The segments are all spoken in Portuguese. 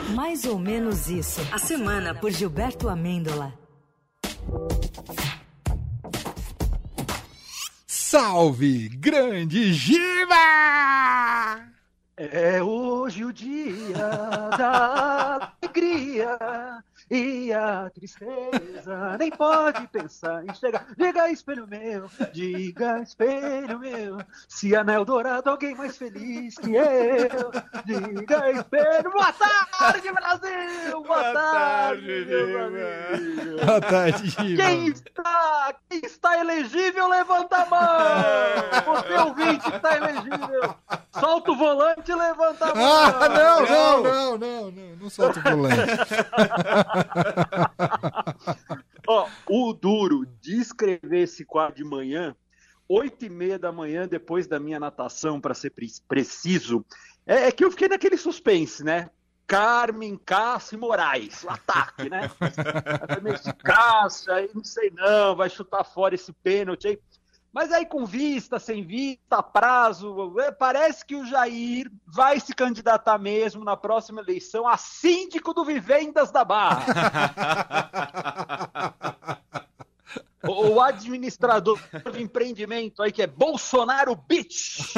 Mais ou menos isso. A semana por Gilberto Amêndola. Salve, grande Giba! É hoje o dia da alegria e a tristeza nem pode pensar em chegar. Diga, espelho meu, se anel dourado alguém mais feliz que eu. Diga, espelho, boa tarde, Brasil! Boa tarde, meu amigo! Boa tarde, Giba! Quem está elegível, levanta a mão! Você ouvinte que está elegível! Solta o volante e levanta a mão! Não solta o volante. Ó, o duro de escrever esse quadro de manhã, 8h30 da manhã, depois da minha natação, para ser preciso, é que eu fiquei naquele suspense, né? Carmen, Cássio e Moraes, o ataque, né? Esse Cássio, aí não sei não, vai chutar fora esse pênalti aí. Mas aí com vista, sem vista, prazo, parece que o Jair vai se candidatar mesmo na próxima eleição a síndico do Vivendas da Barra. O administrador de empreendimento aí que é Bolsonaro Bitch.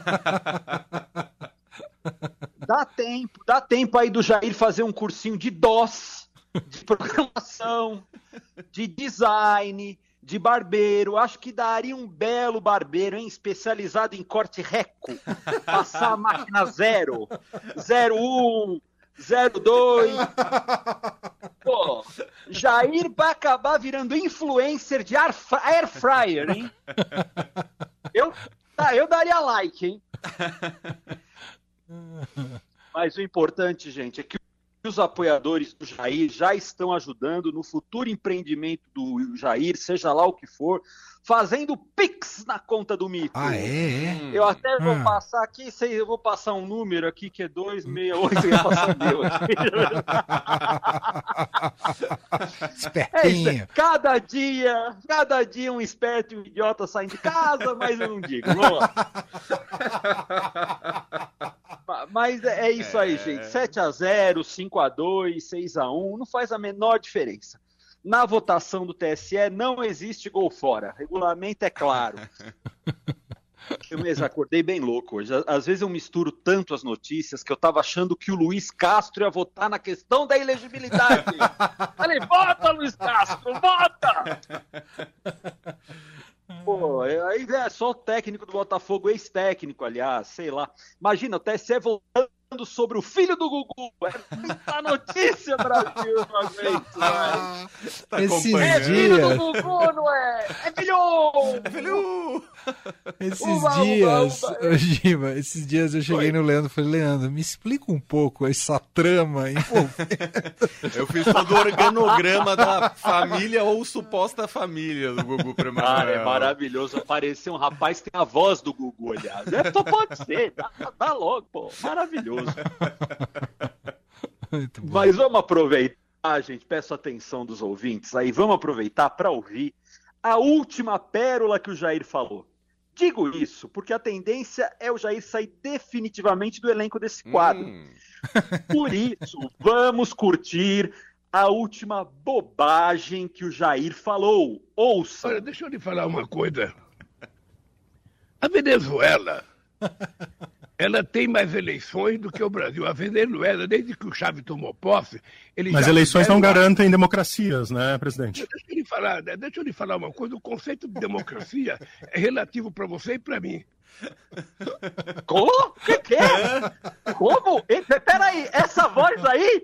Dá tempo aí do Jair fazer um cursinho de DOS, de programação, de design, de barbeiro. Acho que daria um belo barbeiro, hein? Especializado em corte reco. Passar a máquina 0, 01, 02. Pô, Jair vai acabar virando influencer de air fryer, hein? Eu daria like, hein? Mas o importante, gente, é que os apoiadores do Jair já estão ajudando no futuro empreendimento do Jair, seja lá o que for, fazendo Pix na conta do Mito. Ah, é? Eu até vou passar aqui, eu vou passar um número aqui que é 268, eu ia passar o meu aqui. Espertinho. Cada dia um esperto e um idiota saem de casa, mas eu não digo. Vamos lá. Mas é isso aí, gente. 7-0, 5-2, 6-1, não faz a menor diferença. Na votação do TSE não existe gol fora. Regulamento é claro. Eu mesmo acordei bem louco hoje. Às vezes eu misturo tanto as notícias que eu tava achando que o Luiz Castro ia votar na questão da elegibilidade. Falei, vota, Luiz Castro, vota! Pô, aí é só o técnico do Botafogo, ex-técnico, aliás, sei lá. Imagina, o TSE voltando sobre o filho do Gugu. É muita notícia, Brasil, uma vez. Esses dias... É filho do Gugu, não é? É filho! É filho! Giba, esses dias eu cheguei no Leandro e falei, Leandro, me explica um pouco essa trama Eu fiz todo o organograma da família ou suposta família do Gugu pra Emanuel. Cara, é maravilhoso. Apareceu um rapaz que tem a voz do Gugu, aliás. Só pode ser, tá logo, pô. Maravilhoso. Mas vamos aproveitar, gente, peço atenção dos ouvintes aí, vamos aproveitar para ouvir a última pérola que o Jair falou. Digo isso porque a tendência é o Jair sair definitivamente do elenco desse quadro. Por isso, vamos curtir a última bobagem que o Jair falou. Ouça. Olha, deixa eu lhe falar uma coisa. A Venezuela, ela tem mais eleições do que o Brasil. A Venezuela, desde que o Chávez tomou posse... Mas eleições não garantem democracias, né, presidente? Deixa eu lhe falar uma coisa. O conceito de democracia é relativo para você e para mim. Como? O que é? Como? Peraí, essa voz aí?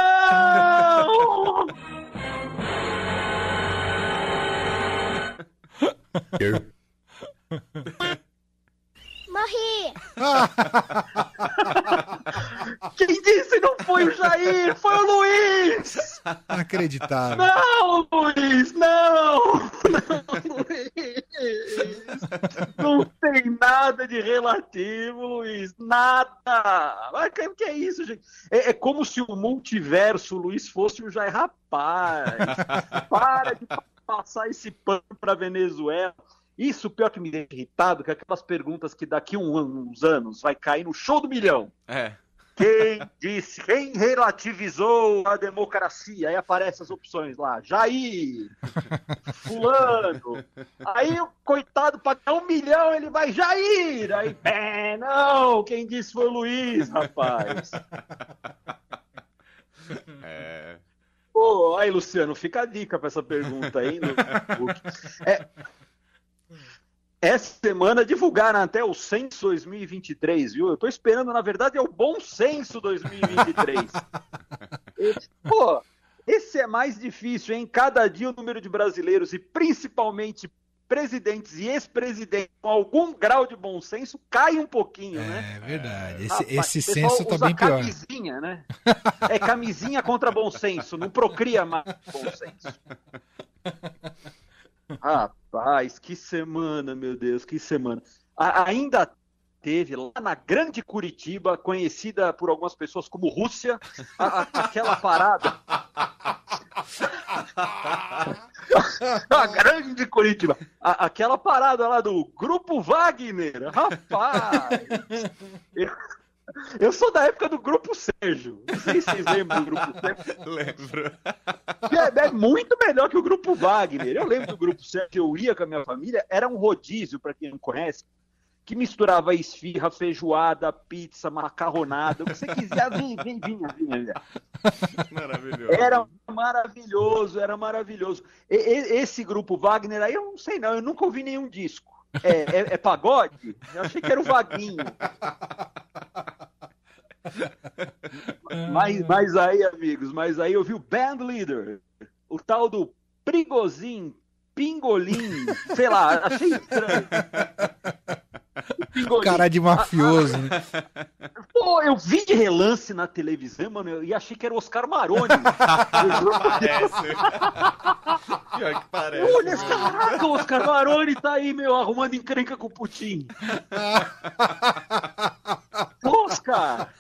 Não! Morri! Quem disse não foi o Jair, foi o Luiz! Inacreditável. Não, Luiz, não! Não, Luiz! Não tem nada de relativo, Luiz, nada! Mas o que é isso, gente? É como se o multiverso, Luiz, fosse o Jair. Rapaz, para de passar esse pano pra Venezuela. Isso, pior que me deixa irritado, que é aquelas perguntas que daqui uns anos vai cair no show do milhão. É. Quem relativizou a democracia? Aí aparecem as opções lá, Jair, fulano. Aí o coitado paga 1 milhão, ele vai, Jair. Aí, não, quem disse foi o Luiz, rapaz. Pô, aí, Luciano, fica a dica para essa pergunta aí no Facebook. Essa semana divulgaram até o Censo 2023, viu? Eu tô esperando, na verdade, é o Bom Censo 2023. Pô, esse é mais difícil, hein? Cada dia o número de brasileiros, e principalmente presidentes e ex-presidentes com algum grau de bom senso, cai um pouquinho, né? É verdade. Rapaz, Esse senso tá bem pior. Camisinha, né? É camisinha contra bom senso, não procria mais bom senso. Rapaz, que semana, meu Deus, que semana. Ainda teve lá na Grande Curitiba, conhecida por algumas pessoas como Rússia, aquela parada. A Grande Curitiba. Aquela parada lá do Grupo Wagner. Rapaz! Eu sou da época do Grupo Sérgio. Não sei se vocês lembram do Grupo Sérgio. Lembro. É muito melhor que o Grupo Wagner. Eu lembro do Grupo Sérgio, eu ia com a minha família, era um rodízio, para quem não conhece, que misturava esfirra, feijoada, pizza, macarronada, o que você quiser, vinha. Maravilhoso. Era maravilhoso. Esse Grupo Wagner aí, eu não sei não, eu nunca ouvi nenhum disco. É pagode? Eu achei que era o Vaguinho. Mas aí, amigos, eu vi o band leader, o tal do Prigozhin, Pingolim, sei lá, achei estranho. Cara de mafioso, né? Pô, eu vi de relance na televisão, mano, e achei que era o Oscar Maroni. Parece. Pior que parece. Olha, caraca, o Oscar Maroni tá aí, meu, arrumando encrenca com o Putin. Oscar!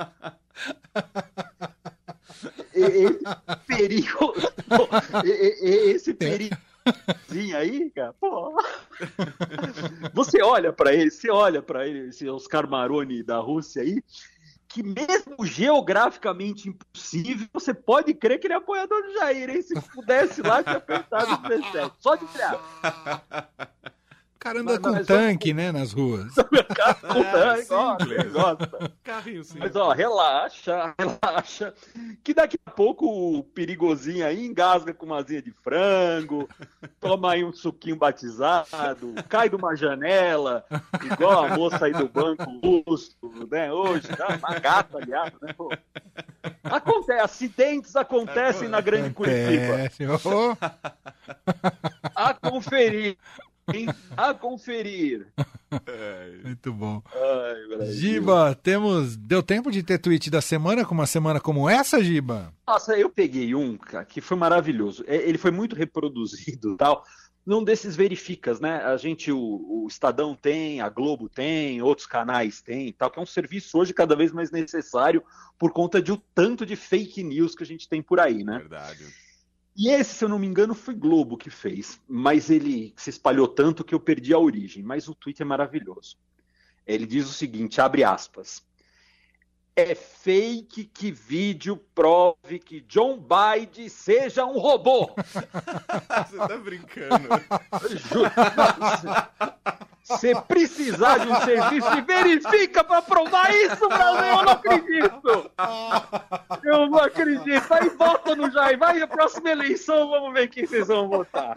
Esse perigozinho aí, cara, pô. Você olha pra ele, esse Oscar Maroni da Rússia aí, que mesmo geograficamente impossível, você pode crer que ele é apoiador do Jair, hein? Se pudesse lá, tinha apertado o 17. Só de criar. O cara anda com tanque, né, nas ruas. Com tanque, gosta. Carrinho sim. Mas, ó, relaxa, que daqui a pouco o perigosinho aí engasga com uma asinha de frango, toma aí um suquinho batizado, cai de uma janela, igual a moça aí do Banco Lustro, né, hoje, tá? Uma gata, aliás, né, pô. Acidentes acontecem na Grande Curitiba. A conferir. A conferir. Muito bom. Ai, Giba, deu tempo de ter tweet da semana com uma semana como essa, Giba? Nossa, eu peguei um, cara, que foi maravilhoso. Ele foi muito reproduzido e tal. Num desses verificas, né? A gente, o Estadão tem, a Globo tem, outros canais tem e tal, que é um serviço hoje cada vez mais necessário por conta de o tanto de fake news que a gente tem por aí, né? Verdade. E esse, se eu não me engano, foi Globo que fez, mas ele se espalhou tanto que eu perdi a origem, mas o tweet é maravilhoso. Ele diz o seguinte, abre aspas, é fake que vídeo prove que John Biden seja um robô. Você tá brincando. Juro. Se precisar de um serviço, verifica para provar isso, Brasil. Eu não acredito. Eu não acredito. Aí vota no Jair. Vai na próxima eleição, vamos ver quem vocês vão votar.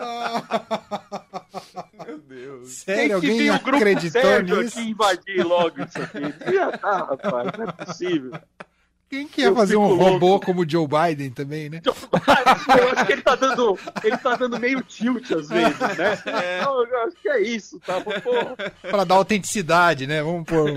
Meu Deus. Sério, alguém acreditou nisso? Aqui invadir logo isso aqui. Já tá, rapaz. Não é possível. Quem que ia fazer um robô como o Joe Biden também, né? Eu acho que ele tá dando meio tilt às vezes, né? Não, eu acho que é isso, tá? Porra. Pra dar autenticidade, né? Vamos pôr.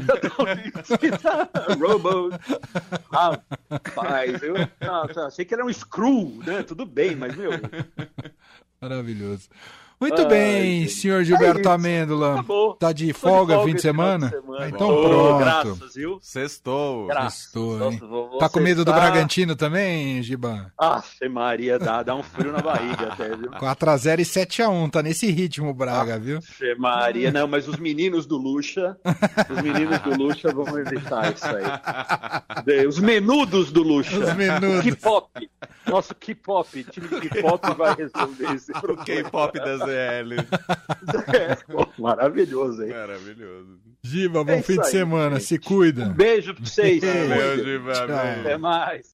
Robo. Rapaz, eu achei que era um screw, né? Tudo bem, mas, meu. Maravilhoso. Muito bem, senhor Gilberto isso. Amêndola. Acabou. Tá de Tô de folga fim de esse final semana? de Então Ô, pronto. Graças, viu? Sextou. Graças. Sextou, hein? Nossa, vou Tá com medo do sextar. Bragantino também, Giba? Aff, Maria, dá um frio na barriga até, viu? 4x0 e 7x1, tá nesse ritmo o Braga, viu? Aff, Maria, não, mas os meninos do Lucha vão evitar isso aí. Os menudos do Lucha. Os menudos. K-pop. Nosso K-pop, time de K-pop vai resolver esse O problema. K-pop da ZL. Pô, maravilhoso, hein? Maravilhoso. Giba, bom É fim isso de aí, semana, gente. se cuida. Beijo pra vocês. Valeu, Giba. Tchau. Até mais.